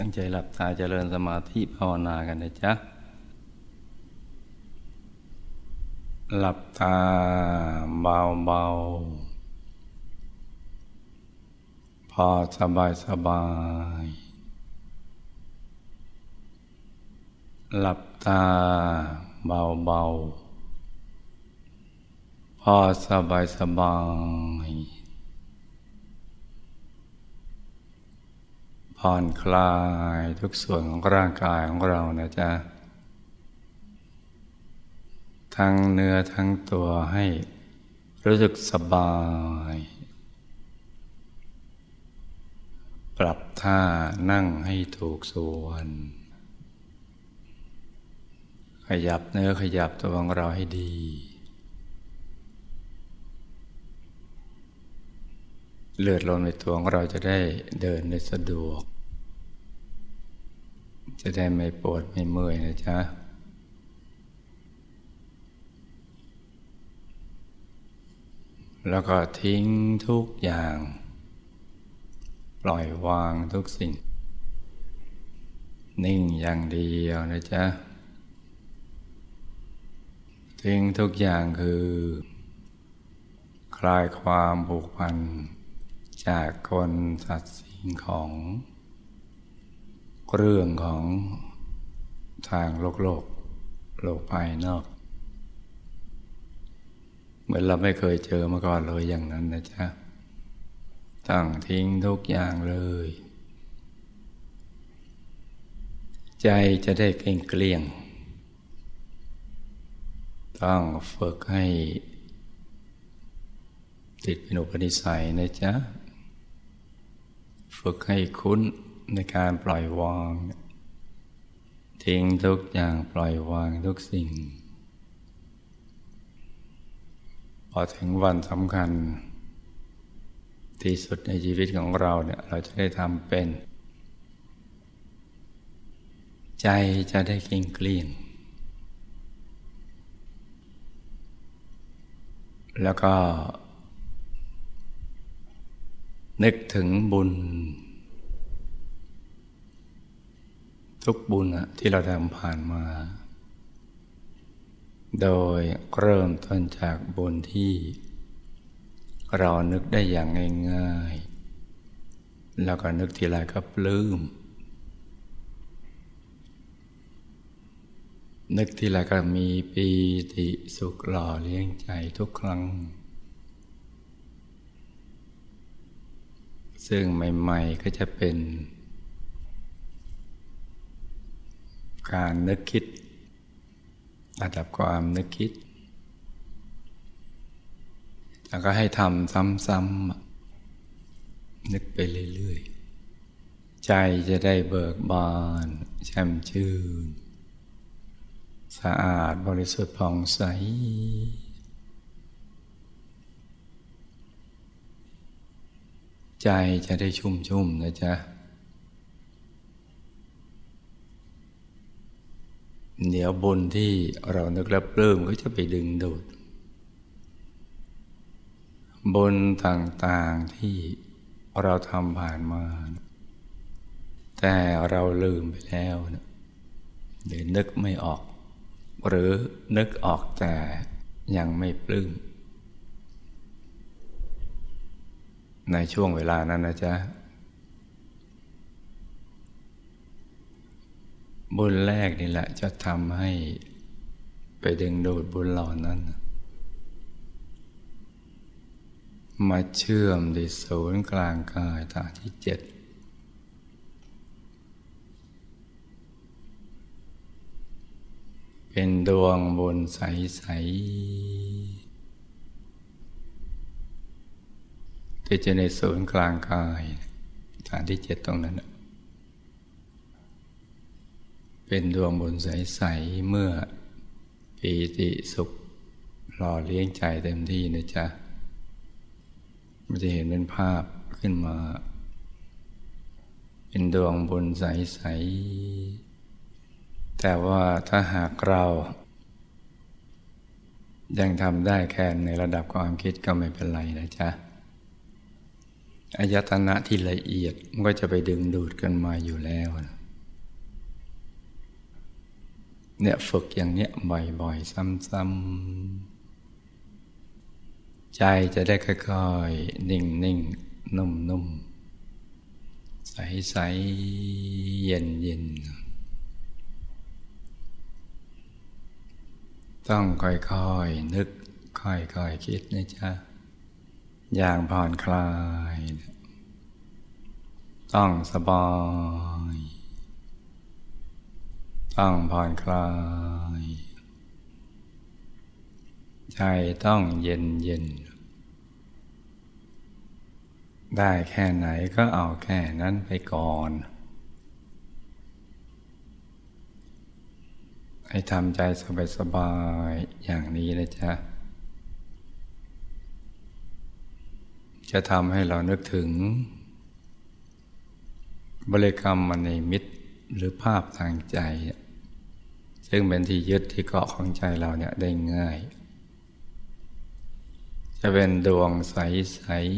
ตั้งใจหลับตาเจริญสมาธิภาวนากันนะจ๊ะหลับตาเบาๆพอสบายหลับตาเบาๆพอสบายผ่อนคลายทุกส่วนของร่างกายของเรานะจ๊ะทั้งเนื้อทั้งตัวให้รู้สึกสบายปรับท่านั่งให้ถูกส่วนขยับเนื้อขยับตัวของเราให้ดีเลือดลมในตัวของเราจะได้เดินได้สะดวกจะได้ไม่ปวดไม่เมื่อยนะจ๊ะแล้วก็ทิ้งทุกอย่างปล่อยวางทุกสิ่งนิ่งอย่างเดียวนะจ๊ะทิ้งทุกอย่างคือคลายความผูกพันจากคนสัตว์สิ่งของเรื่องของทางโลกภายนอกเหมือนเราไม่เคยเจอมาก่อนเลยอย่างนั้นนะจ๊ะต้องทิ้งทุกอย่างเลยใจจะได้เกลี้ยงต้องฝึกให้ติดเป็นอุปนิสัยนะจ๊ะฝึกให้คุ้นในการปล่อยวางทิ้งทุกอย่างปล่อยวางทุกสิ่งพอถึงวันสำคัญที่สุดในชีวิตของเราเนี่ยเราจะได้ทำเป็นใจจะได้เกลี้ยงแล้วก็นึกถึงบุญทุกบุญที่เราทำผ่านมาโดยเริ่มต้นจากบุญที่เรานึกได้อย่างง่ายๆแล้วก็นึกทีไรก็ปลื้มนึกทีไรก็มีปีติสุขหล่อเลี้ยงใจทุกครั้งซึ่งใหม่ๆก็จะเป็นการนึกคิดระดับความนึกคิดแล้วก็ให้ทำซ้ำๆนึกไปเรื่อยๆใจจะได้เบิกบานแช่มชื่นสะอาดบริสุทธิ์ผ่องใสใจจะได้ชุ่มๆนะจ๊ะเดี๋ยวบุญที่เรานึกแล้วปลื้มก็จะไปดึงดูดบุญต่างๆที่เราทำผ่านมาแต่เราลืมไปแล้วนะหรือนึกไม่ออกหรือนึกออกแต่ยังไม่ปลื้มในช่วงเวลานั้นนะจ๊ะบุญแรกนี่แหละจะทำให้ไปดึงดูดบุญเหล่านั้นมาเชื่อมที่ศูนย์กลางกายฐานที่7เป็นดวงบุญใสๆที่จะในศูนย์กลางกายฐานที่7ตรงนั้นเป็นดวงบุญใสๆเมื่อปีติสุขหล่อเลี้ยงใจเต็มที่นะจ๊ะมันจะเห็นเป็นภาพขึ้นมาเป็นดวงบุญใสๆแต่ว่าถ้าหากเรายังทำได้แค่ในระดับความคิดก็ไม่เป็นไรนะจ๊ะอายตนะที่ละเอียดมันก็จะไปดึงดูดกันมาอยู่แล้วนะเนี่ยฝึกอย่างเนี้ยบ่อยๆซ้ำๆใจจะได้ค่อยๆนิ่งๆนุ่มๆใสๆเย็นๆต้องค่อยๆนึกค่อยๆคิดนะจ๊ะอย่างผ่อนคลายต้องสบายต้องผ่อนคลายใจต้องเย็นได้แค่ไหนก็เอาแค่นั้นไปก่อนให้ทำใจสบายๆอย่างนี้นะจ๊ะจะทำให้เรานึกถึงบริกรรมมณีมิตรหรือภาพทางใจซึ่งเป็นที่ยึดที่เกาะของใจเราเนี่ยได้ง่ายจะเป็นดวงใส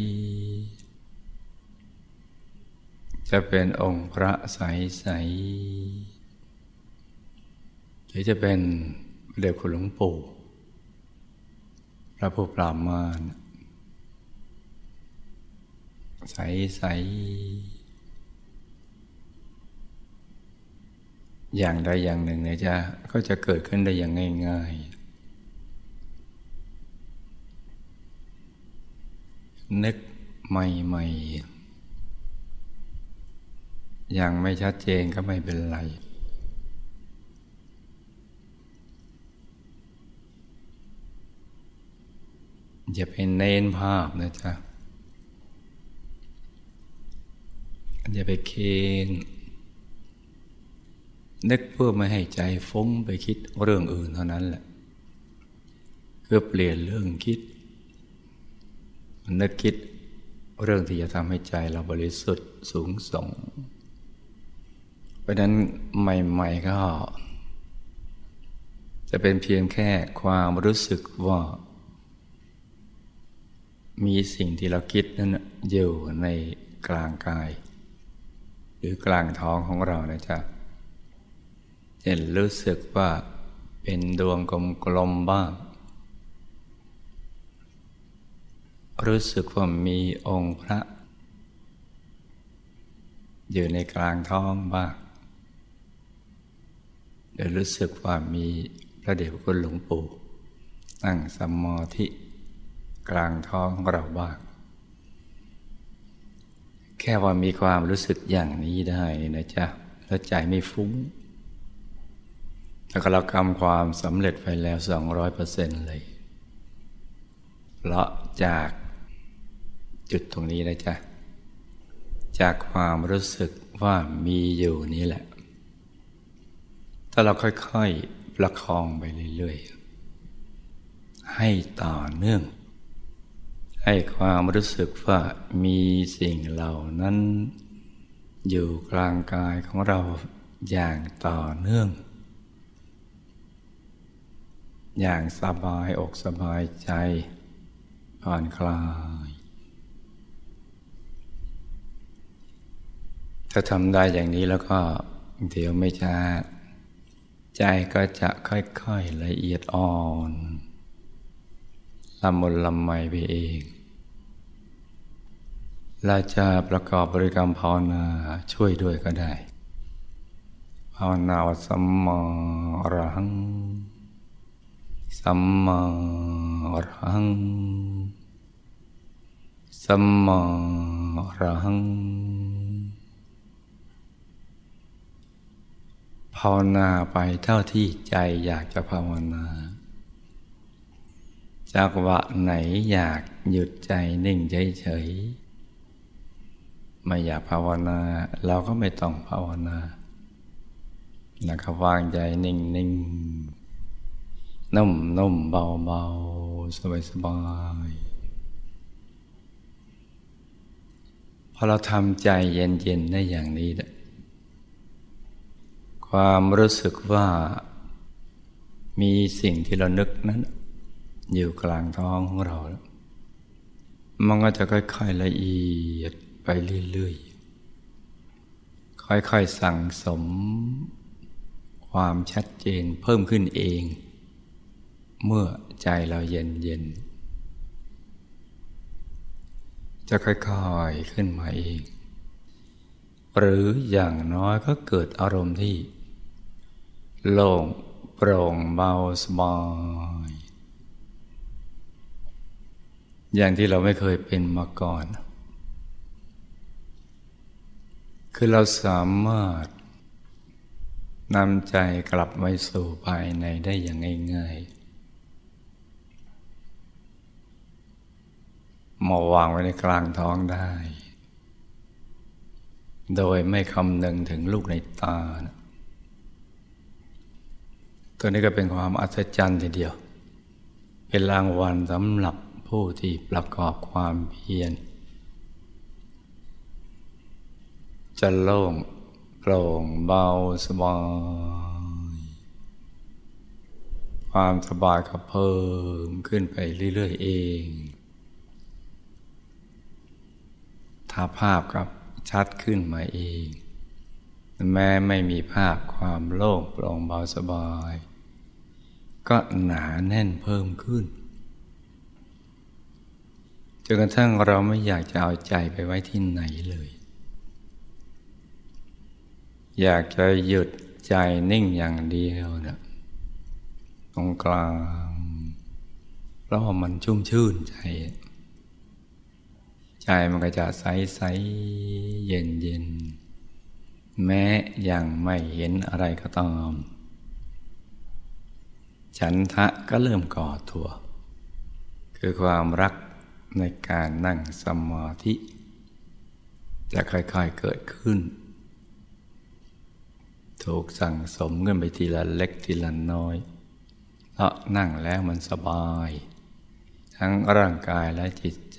ๆจะเป็นองค์พระใสๆหรือจะเป็นเด็กคุณหลวงปู่พระผู้ปราบมารใสๆอย่างใดอย่างหนึ่งเนี่ยก็จะเกิดขึ้นได้อย่างง่ายๆนึกใหม่ๆยังไม่ชัดเจนก็ไม่เป็นไรอย่าไปเน้นภาพนะจ๊ะอย่าไปเค้นนึกเพื่อไม่ให้ใจฟุ้งไปคิดเรื่องอื่นเท่านั้นแหละเพื่อเปลี่ยนเรื่องคิดนึกคิดเรื่องที่จะทำให้ใจเราบริสุทธิ์สูงส่งเพราะนั้นใหม่ๆก็จะเป็นเพียงแค่ความรู้สึกว่ามีสิ่งที่เราคิดนั้นอยู่ในกลางกายหรือกลางท้องของเรานะจ๊ะเห็นรู้สึกว่าเป็นดวงกลมๆบ้างรู้สึกว่ามีองค์พระอยู่ในกลางท้องบ้างหรือรู้สึกว่ามีพระเดชพระคุณหลวงปู่ตั้งสมาธิกลางท้องของเราบ้างแค่ว่ามีความรู้สึกอย่างนี้ได้นี่นะจ๊ะแล้วใจไม่ฟุ้งแล้วก็เราทำความสำเร็จไปแล้ว 200% เลยเพราะจากจุดตรงนี้นะจ๊ะจากความรู้สึกว่ามีอยู่นี่แหละถ้าเราค่อยๆประคองไปเรื่อยๆให้ต่อเนื่องให้ความรู้สึกว่ามีสิ่งเหล่านั้นอยู่กลางกายของเราอย่างต่อเนื่องอย่างสบายอกสบายใจผ่อนคลายถ้าทำได้อย่างนี้แล้วก็เดี๋ยวไม่ช้าใจก็จะค่อยๆละเอียดอ่อนละมุนละไมไปเองเราจะประกอบบริกรรมภาวนาช่วยด้วยก็ได้ภาวนาสัมมาอรหังสัมมาอรหังสัมมาอรหังภาวนาไปเท่าที่ใจอยากจะภาวนาจังหวะไหนอยากหยุดใจนิ่งเฉยๆไม่อยากภาวนาเราก็ไม่ต้องภาวนาแล้วก็วางใจนิ่งๆนุ่มๆเบาๆสบายๆพอเราทำใจเย็นๆได้อย่างนี้ความรู้สึกว่ามีสิ่งที่เรานึกนั้นอยู่กลางท้องของเรามันก็จะค่อยๆละเอียดไปเรื่อยๆค่อยๆสั่งสมความชัดเจนเพิ่มขึ้นเองเมื่อใจเราเย็นๆจะค่อยๆขึ้นมาเองหรืออย่างน้อยก็เกิดอารมณ์ที่โล่งโปร่งเบาสบายอย่างที่เราไม่เคยเป็นมาก่อนคือเราสามารถนำใจกลับไปสู่ภายในได้อย่างง่ายๆมาวางไว้ในกลางท้องได้โดยไม่คำนึงถึงลูกในตานะตัวนี้ก็เป็นความอัศจรรย์ทีเดียวเป็นรางวัลสำหรับผู้ที่ประกอบความเพียรจะโล่งโปร่งเบาสบายความสบายก็เพิ่มขึ้นไปเรื่อยๆเองถ้าภาพกับชัดขึ้นมาเองแม้ไม่มีภาพความโล่งโปร่งเบาสบายก็หนาแน่นเพิ่มขึ้นจนกระทั่งเราไม่อยากจะเอาใจไปไว้ที่ไหนเลยอยากจะหยุดใจนิ่งอย่างเดียวนะตรงกลางเพราะว่ามันชุ่มชื่นใจมันก็จะใสๆเย็นๆแม้ยังไม่เห็นอะไรก็ตามฉันทะก็เริ่มก่อตัวคือความรักในการนั่งสมาธิจะค่อยๆเกิดขึ้นถูกสั่งสมกันไปทีละเล็กทีละน้อยเพราะนั่งแล้วมันสบายทั้งร่างกายและจิตใจ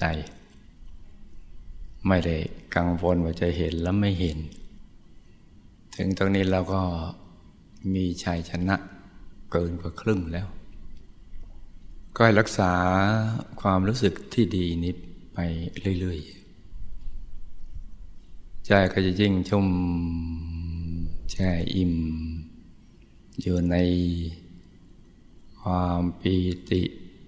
ไม่ได้กังวลว่าจะเห็นและไม่เห็นถึงตรงนี้เราก็มีชัยชนะเกินกว่าครึ่งแล้วก็ให้รักษาความรู้สึกที่ดีนี้ไปเรื่อยๆใจก็จะยิ่งชุ่มแช่อิ่มอยู่ในความปีติ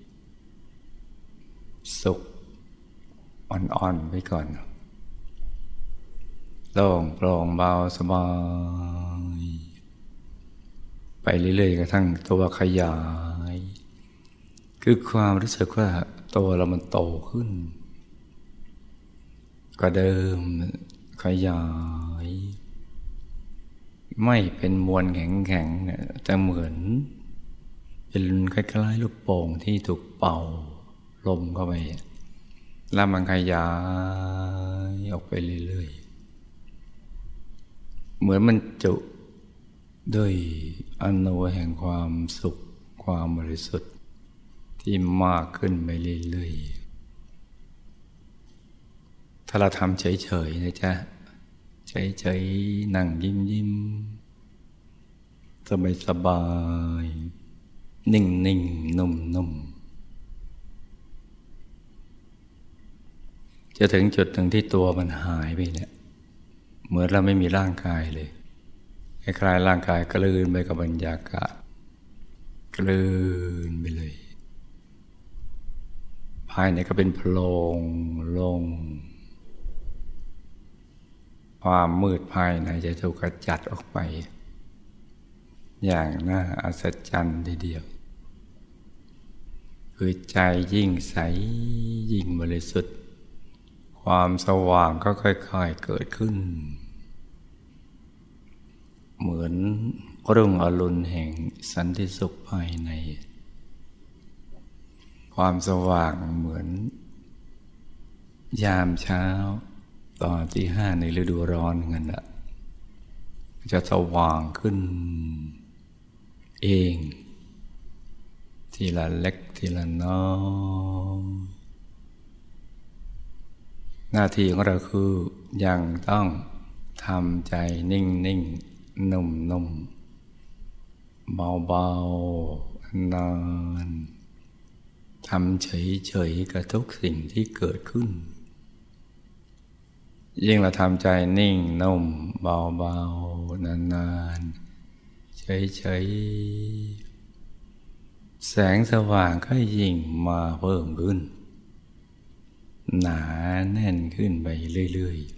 สุขอ่อนๆไปก่อนโล่งโปร่งเบาสบายไปเรื่อยๆกระทั่งตัวขยายคือความรู้สึกว่าตัวเรามันโตขึ้นกว่าเดิมขยายไม่เป็นมวลแข็งๆเนี่ยแต่เหมือนเป็นคล้ายๆลูกโป่งที่ถูกเป่าลมเข้าไปแล้วมันขยายออกไปเรื่อยๆเหมือนมันจุด้วยอนุแห่งความสุขความบริสุทธิ์ที่มากขึ้นไปเรื่อยๆถ้าเราทำเฉยๆนะจ๊ะเฉยๆนั่งยิ้มๆสบายๆนิ่งๆนุ่มๆจะถึงจุดหนึ่งที่ตัวมันหายไปเนี่ยเหมือนเราไม่มีร่างกายเลยคล้ายๆร่างกายกลืนไปกับบรรยากาศกลืนไปเลยภายในก็เป็นโพรงโล่งความมืดภายในจะถูกกระจัดออกไปอย่างน่าอัศจรรย์ทีเดียวคือใจยิ่งใสยิ่งบริสุทธิ์ความสว่างก็ค่อยๆเกิดขึ้นเหมือนรุ่งอรุณแห่งสันติสุขภายในความสว่างเหมือนยามเช้าตอนตี 5ในฤดูร้อนงั้นแหละจะสว่างขึ้นเองทีละเล็กทีละน้อยหน้าที่ของเราคือยังต้องทำใจนิ่งๆนุ่มๆเบาๆนานทำเฉยๆกับทุกสิ่งที่เกิดขึ้นยิ่งเราทำใจนิ่งนุ่มเบาๆนานๆเฉยๆแสงสว่างก็ยิ่งมาเพิ่มขึ้นหนาแน่นขึ้นไปเรื่อย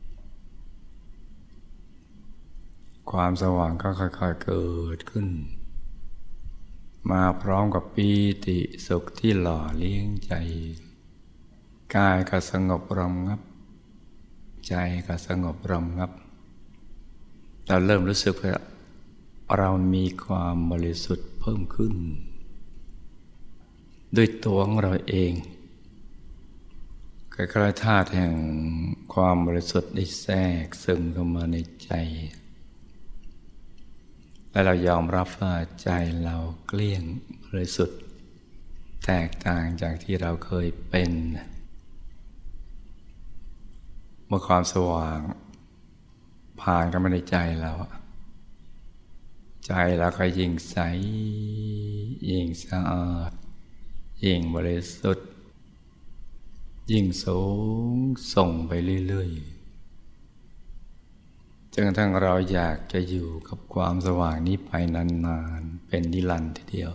ๆความสว่างก็ค่อยๆเกิดขึ้นมาพร้อมกับปีติสุขที่หล่อเลี้ยงใจกายก็สงบระงับใจก็สงบระงับเราเริ่มรู้สึกว่าเรามีความบริสุทธิ์เพิ่มขึ้นด้วยตัวของเราเองคล้ายๆธาตุแห่งความบริสุทธิ์ได้แทรกซึมเข้ามาในใจและเรายอมรับว่าใจเราเกลี้ยงบริสุทธิ์แตกต่างจากที่เราเคยเป็นเมื่อความสว่างผ่านเข้ามาในใจเราใจเราก็ยิ่งใสยิ่งสะอาดยิ่งบริสุทธิ์ยิ่งสูงส่งไปเรื่อยๆจนกระทั่งเราอยากจะอยู่กับความสว่างนี้ไปนานๆเป็นนิรันดร์ทีเดียว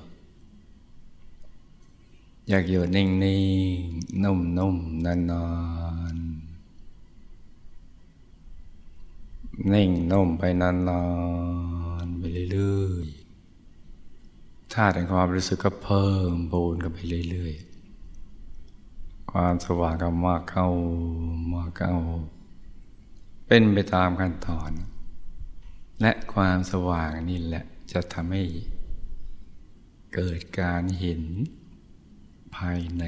อยากอยู่นิ่งๆนุ่มๆนานๆนิ่งนุ่มไปนานๆไปเรื่อยๆธาตุแห่งความรู้สึกก็เพิ่มพูนกันไปเรื่อยๆความสว่างก็มากเข้าเป็นไปตามขั้นตอนและความสว่างนี่แหละจะทำให้เกิดการเห็นภายใน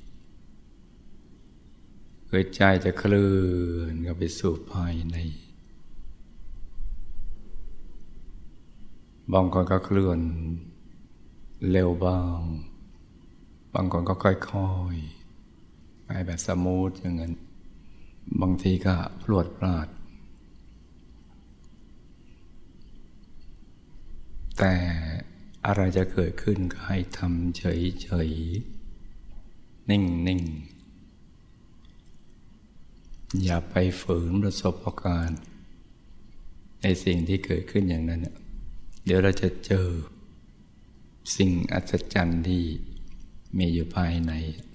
คือใจจะเคลื่อนเข้าไปสู่ภายในบางคนก็เคลื่อนเร็วบ้างบางคนก็ค่อยๆไปแบบสมูทอย่างนั้นบางทีก็พรวดพลาดแต่อะไรจะเกิดขึ้นก็ให้ทำเฉยๆนิ่งๆอย่าไปฝืนประสบการณ์ในสิ่งที่เกิดขึ้นอย่างนั้นเดี๋ยวเราจะเจอสิ่งอัศจรรย์ที่มีอยู่ภายใน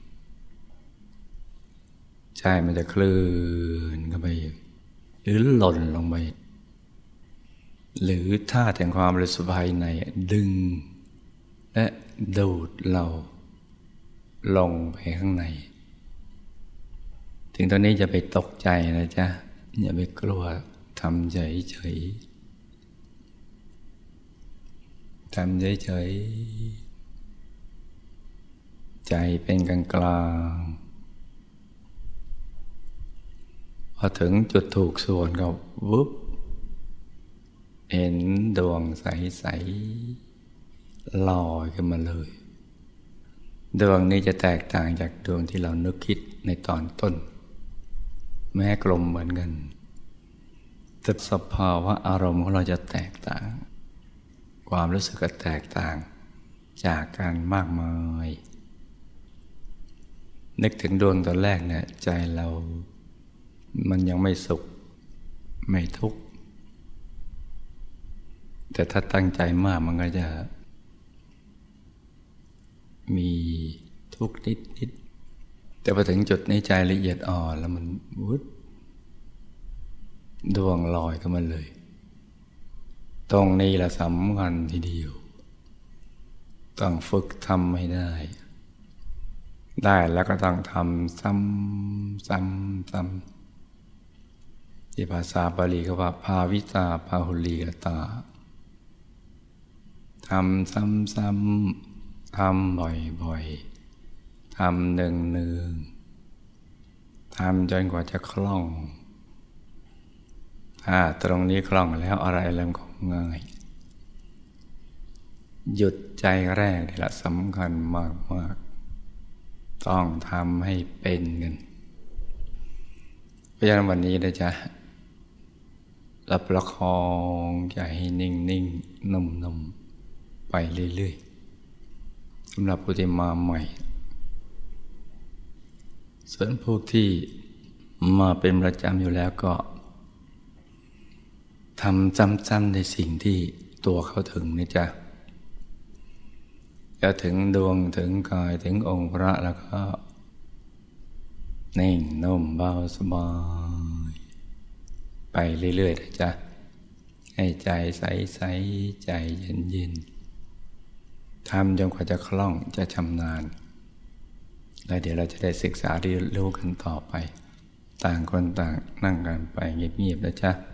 ใจมันจะเคลื่อนเข้าไปหรือหล่นลงไปหรือธาตุแห่งความบริสุทธิ์ภายในดึงและดูดเราลงไปข้างในถึงตอนนี้จะไปตกใจนะจ๊ะอย่าไปกลัวทำเฉยๆทำเฉยๆใจเป็นกลางพอถึงจุดถูกส่วนก็วุบเห็นดวงใสๆลอยขึ้นมาเลยดวงนี้จะแตกต่างจากดวงที่เรานึกคิดในตอนต้นแม้กลมเหมือนกันแต่สภาวะอารมณ์ของเราจะแตกต่างความรู้สึกก็แตกต่างจากกันมากมายนึกถึงดวงตอนแรกเนี่ยใจเรามันยังไม่สุขไม่ทุกข์แต่ถ้าตั้งใจมากมันก็จะมีทุกข์นิดแต่พอถึงจุดนี้ใจละเอียดอ่อนแล้วมันวุดดวงลอยขึ้นมาเลยตรงนี้แหละสำคัญทีเดียวต้องฝึกทำให้ได้แล้วก็ต้องทำซ้ำที่ภาษาบาลีเขาว่าภาวิตาภาหุลีกตาทำซ้ำๆทำบ่อยๆทำเนืองๆทำจนกว่าจะคล่องถ้าตรงนี้คล่องแล้วอะไรมันก็ง่ายหยุดใจแรกนี่แหละสำคัญมากๆต้องทำให้เป็นกันเพราะฉะนั้นวันนี้นะจ๊ะรับประคองใจให้นิ่งๆนุ่มๆไปเรื่อยๆสำหรับผู้ที่มาใหม่ส่วนพวกที่มาเป็นประจำอยู่แล้วก็ทำซ้ำๆในสิ่งที่ตัวเขาถึงนี่จ้ะจะถึงดวงถึงกายถึงองค์พระแล้วก็นิ่งนุ่มเบาสบายไปเรื่อยๆนะจ๊ะให้ใจใสๆใจเย็นๆทำจนกว่าจะคล่องจะชำนาญแล้วเดี๋ยวเราจะได้ศึกษาเรียนรู้กันต่อไปต่างคนต่างนั่งกันไปเงียบๆนะจ๊ะ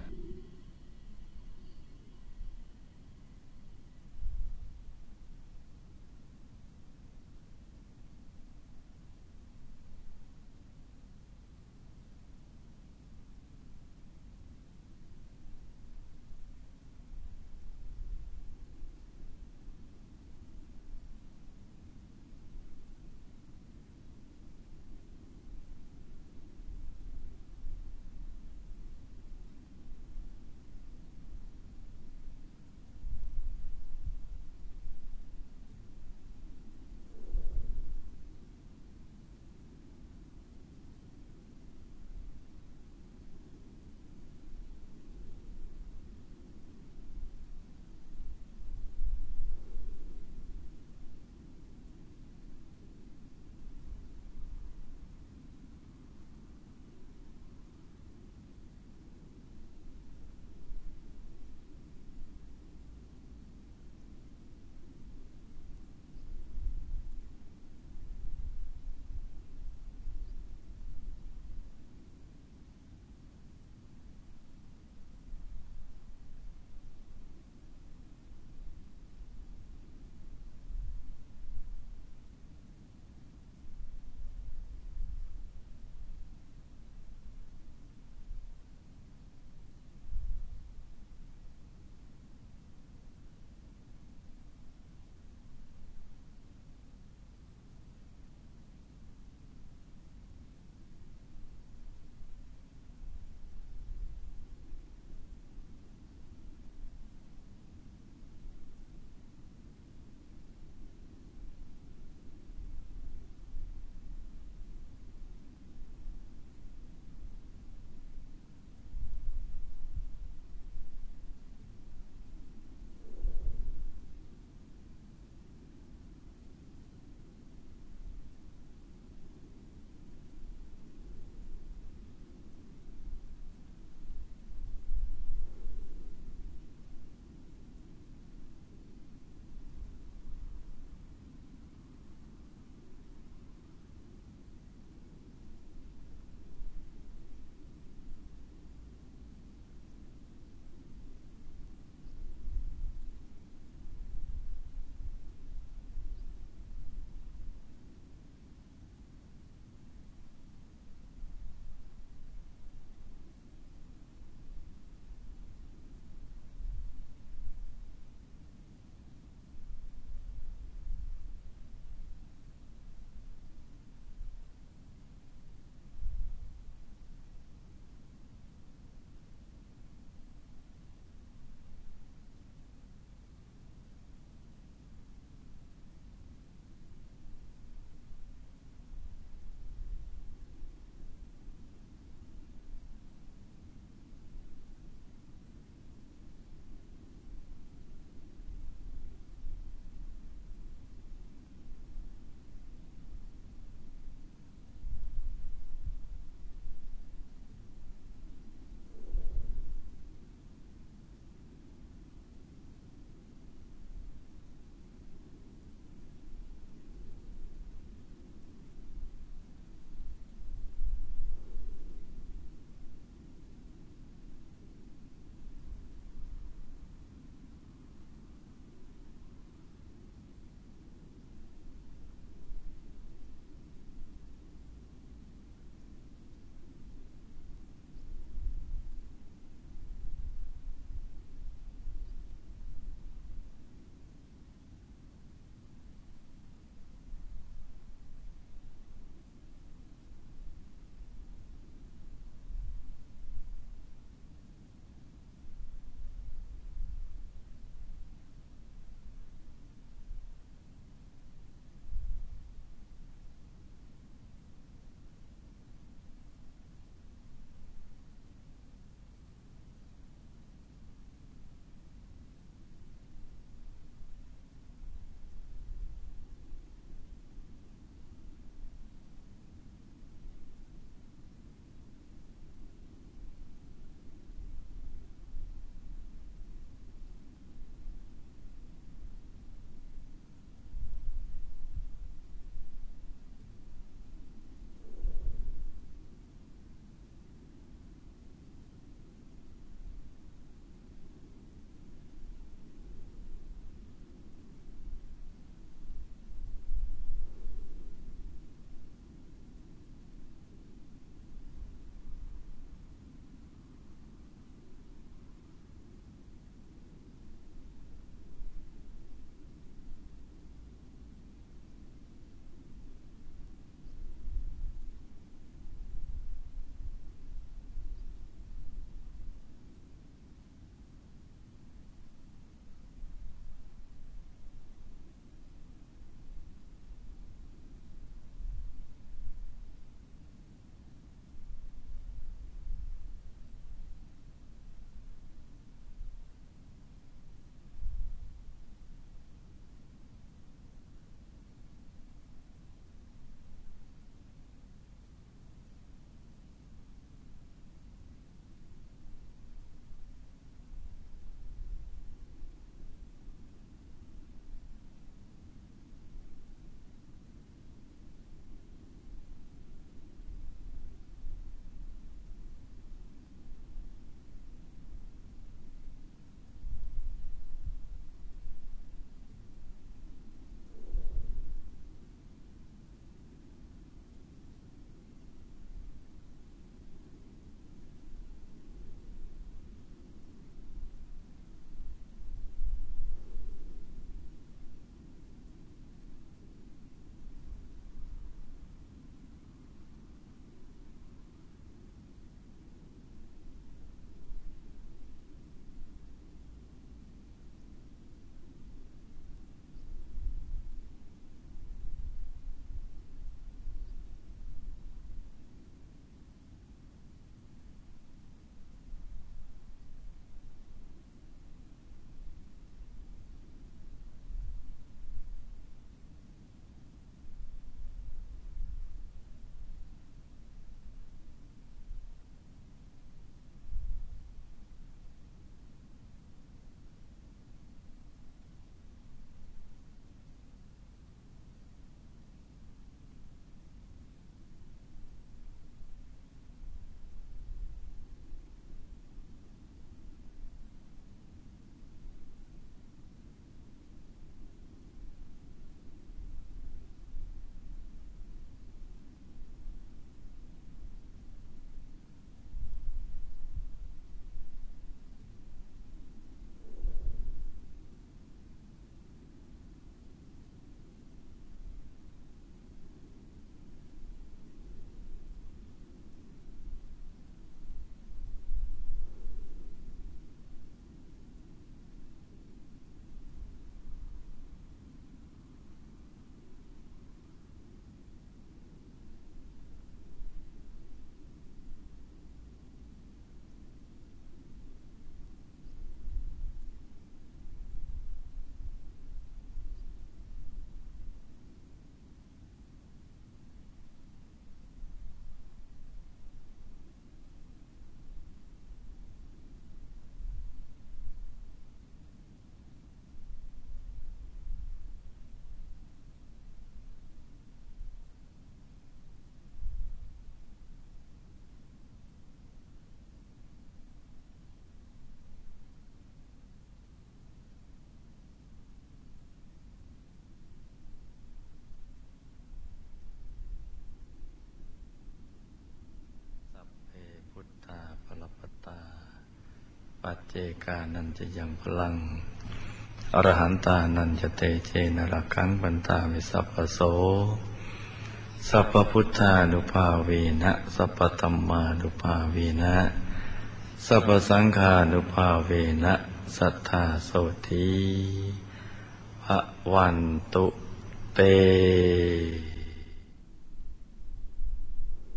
ปัจเจกานันจะยังพลังอรหันตานันจะเตเจนรักขังปันตาวิสัพพโสสัพพพุทธานุภาเวนะสัพพธัมมานุภาเวนะสัพพสังฆานุภาเวนะสัทธาโสธีภวันตุเต